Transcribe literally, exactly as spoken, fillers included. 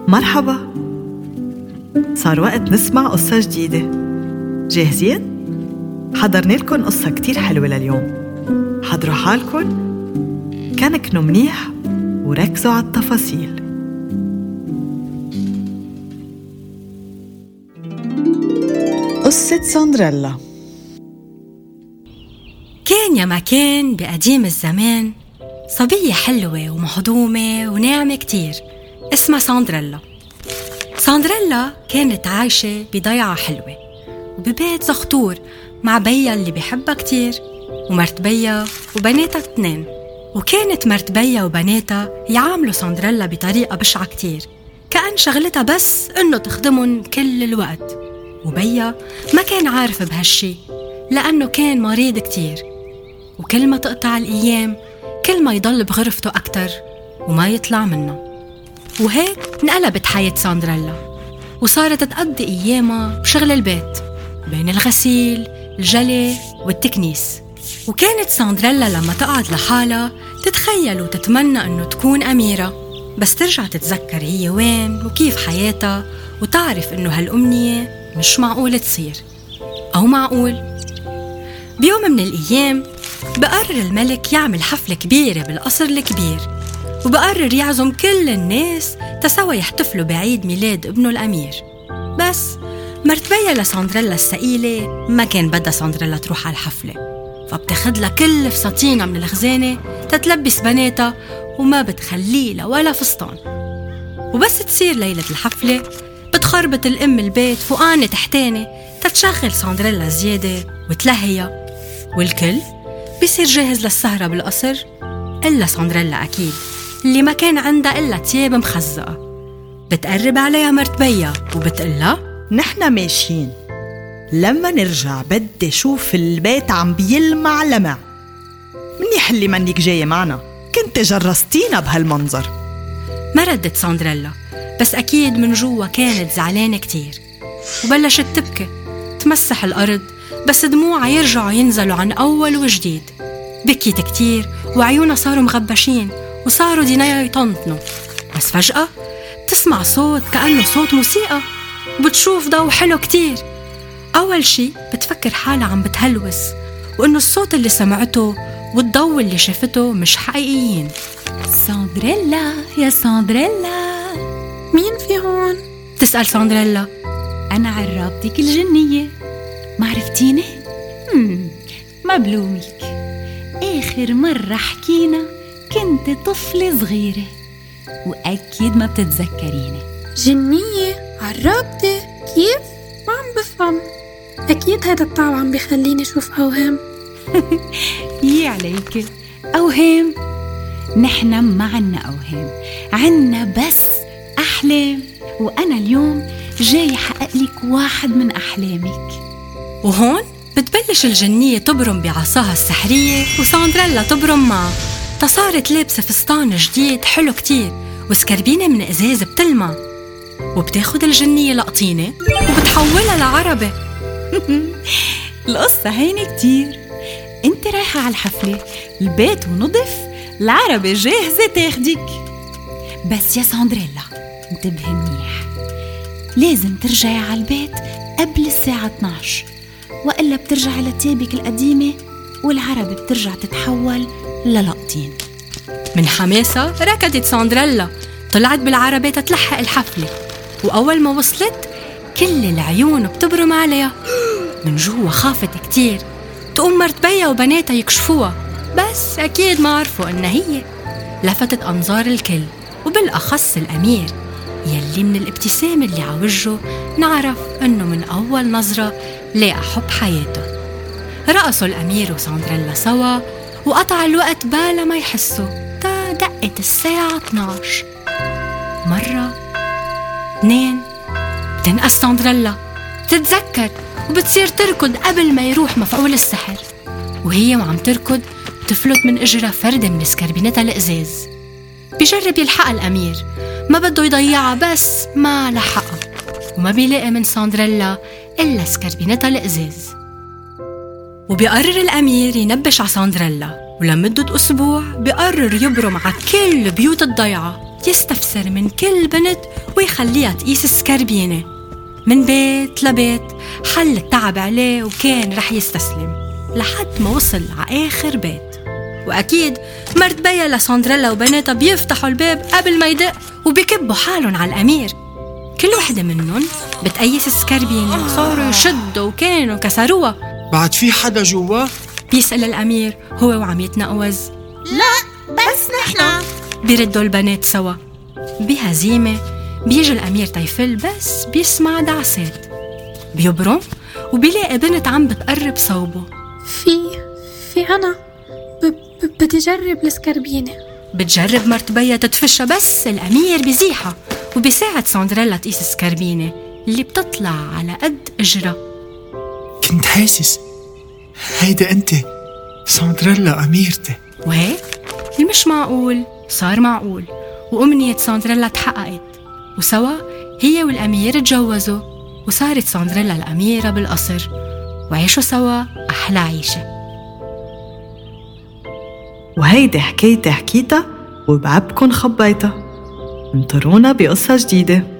مرحبا، صار وقت نسمع قصة جديدة. جاهزين؟ حضرنا لكم قصة كتير حلوة لليوم. حضروا حالكم، كنكنوا منيح وركزوا على التفاصيل. قصة سندريلا. كان يا ما كان بقديم الزمان صبية حلوة ومهضومة وناعمة كتير اسمها سندريلا. سندريلا كانت عايشة بضيعة حلوة وببيت زغطور مع بيها اللي بيحبها كتير ومرت بيها وبناتها اتنين. وكانت مرت بيها وبناتها يعاملوا سندريلا بطريقة بشعة كتير، كأن شغلتها بس إنه تخدمهم كل الوقت. وبيها ما كان عارف بهالشي لأنه كان مريض كتير، وكل ما تقطع الأيام كل ما يضل بغرفته أكتر وما يطلع منه. وهيك انقلبت حياة سندريلا وصارت تقضي أيامها بشغل البيت بين الغسيل، الجلي والتكنيس. وكانت سندريلا لما تقعد لحالها تتخيل وتتمنى أنه تكون أميرة، بس ترجع تتذكر هي وين وكيف حياتها وتعرف أنه هالأمنية مش معقول تصير. أو معقول. بيوم من الأيام بقرر الملك يعمل حفلة كبيرة بالقصر الكبير، وبقرر يعزم كل الناس تسوى يحتفلوا بعيد ميلاد ابنه الأمير. بس مرت بيها لسندريلا السئيلة ما كان بدها سندريلا تروح على الحفلة، فبتاخد لها كل فساتينها من الخزانة تتلبس بناتها وما بتخليه لا ولا فستان. وبس تصير ليلة الحفلة بتخربط الأم البيت فوقانة تحتانة تتشغل سندريلا زيادة وتلهيها، والكل بيصير جاهز للسهرة بالقصر إلا سندريلا أكيد اللي ما كان عندها إلا تياب مخزقة. بتقرب عليها مرت بيها وبتقلها: نحن ماشيين، لما نرجع بدي شوف البيت عم بيلمع لمع. منيح اللي منك جاية معنا، كنت جرستينا بهالمنظر. ما ردت سندريلا، بس أكيد من جوا كانت زعلانة كتير وبلشت تبكي تمسح الأرض، بس دموعها يرجعوا ينزلوا عن أول وجديد. بكيت كتير وعيونها صاروا مغبشين وصاروا دينايا يطنطنوا. بس فجأة تسمع صوت كأنه صوت موسيقى وبتشوف ضوء حلو كتير. أول شي بتفكر حالها عم بتهلوس وإنه الصوت اللي سمعته والضوء اللي شافته مش حقيقيين. سندريلا يا سندريلا، مين في هون؟ تسأل سندريلا. أنا عرابتك الجنية، ما عرفتيني؟ مم. ما بلومك، آخر مرة حكينا كنت طفلة صغيرة وأكيد ما بتتذكريني. جنية؟ عرابتي؟ كيف؟ ما عم بفهم. أكيد هذا الطعم عم بيخليني أشوف أوهام. يي عليك، أوهام؟ نحن ما عنا أوهام، عنا بس أحلام، وأنا اليوم جاي حقق لك واحد من أحلامك. وهون بتبلش الجنية تبرم بعصاها السحرية وسندريلا تبرم معها، تصارت لابسة فستان جديد حلو كتير وسكربينة من إزاز بتلمع. وبتاخد الجنية لقطينة وبتحولها لعربة. القصة هينة كتير، انت رايحة على الحفلة، البيت ونضف، العربة جاهزة تاخدك. بس يا سندريلا انتبهي منيح، لازم ترجعي على البيت قبل الساعة اثنعش، وإلا بترجعي لتيابك القديمة والعربة بترجع تتحول للقطين. من حماسة ركضت سندريلا، طلعت بالعربة تتلحق الحفلة، وأول ما وصلت كل العيون بتبرم عليها. من جوا خافت كتير، تقوم مرت بيها وبناتها يكشفوها، بس أكيد ما عرفوا إن هي. لفتت أنظار الكل وبالأخص الأمير يلي من الابتسامة اللي عوجه نعرف إنه من أول نظرة لاقى حب حياته. رقصوا الأمير وسندريلا سوا وقطع الوقت بالا ما يحسوا تا دقت الساعة اثنعش. مرة، اثنين، بتنقص سندريلا، بتتذكر وبتصير تركض قبل ما يروح مفعول السحر. وهي وعم تركض بتفلت من إجرها فردة من سكربينتها الإزاز. بيجرب يلحقها الأمير، ما بده يضيعها بس ما لحقها، وما بيلاقي من سندريلا إلا سكربينتها الإزاز. وبيقرر الأمير ينبش على سندريلا، ولمدة أسبوع بيقرر يبرم على كل بيوت الضيعة يستفسر من كل بنت ويخليها تقيس السكربينة. من بيت لبيت حل التعب عليه وكان رح يستسلم لحد ما وصل على آخر بيت. وأكيد مرت بيا لساندريلا وبناتها بيفتحوا الباب قبل ما يدق وبيكبوا حالهم على الأمير. كل وحدة منهم بتقيس السكربينة وصاروا يشدوا وكانوا كسروها. بعد في حدا جوا؟ بيسأل الأمير هو وعم يتنقوز. لا بس نحنا، بيردوا البنات سوا. بهزيمة بيجي الأمير تيفل بس بيسمع دعسات. بيبرم وبيلاقي بنت عم بتقرب صوبه. في في أنا ب... ب... بدي جرب السكربينة. بتجرب مرت بيا تتفشى بس الأمير بيزيحها وبيساعد ساندريلا تقيس السكربينة اللي بتطلع على قد إجرة. كنت حاسس هيدا أنت ساندريلا أميرتي. وهيك المش معقول صار معقول، وأمنية ساندريلا تحققت، وسوا هي والأمير تجوزوا، وصارت ساندريلا الأميرة بالقصر وعيشوا سوا أحلى عيشة. وهيدي حكايتي حكيتها وبعبكن خبيتها. انطرونا بقصة جديدة.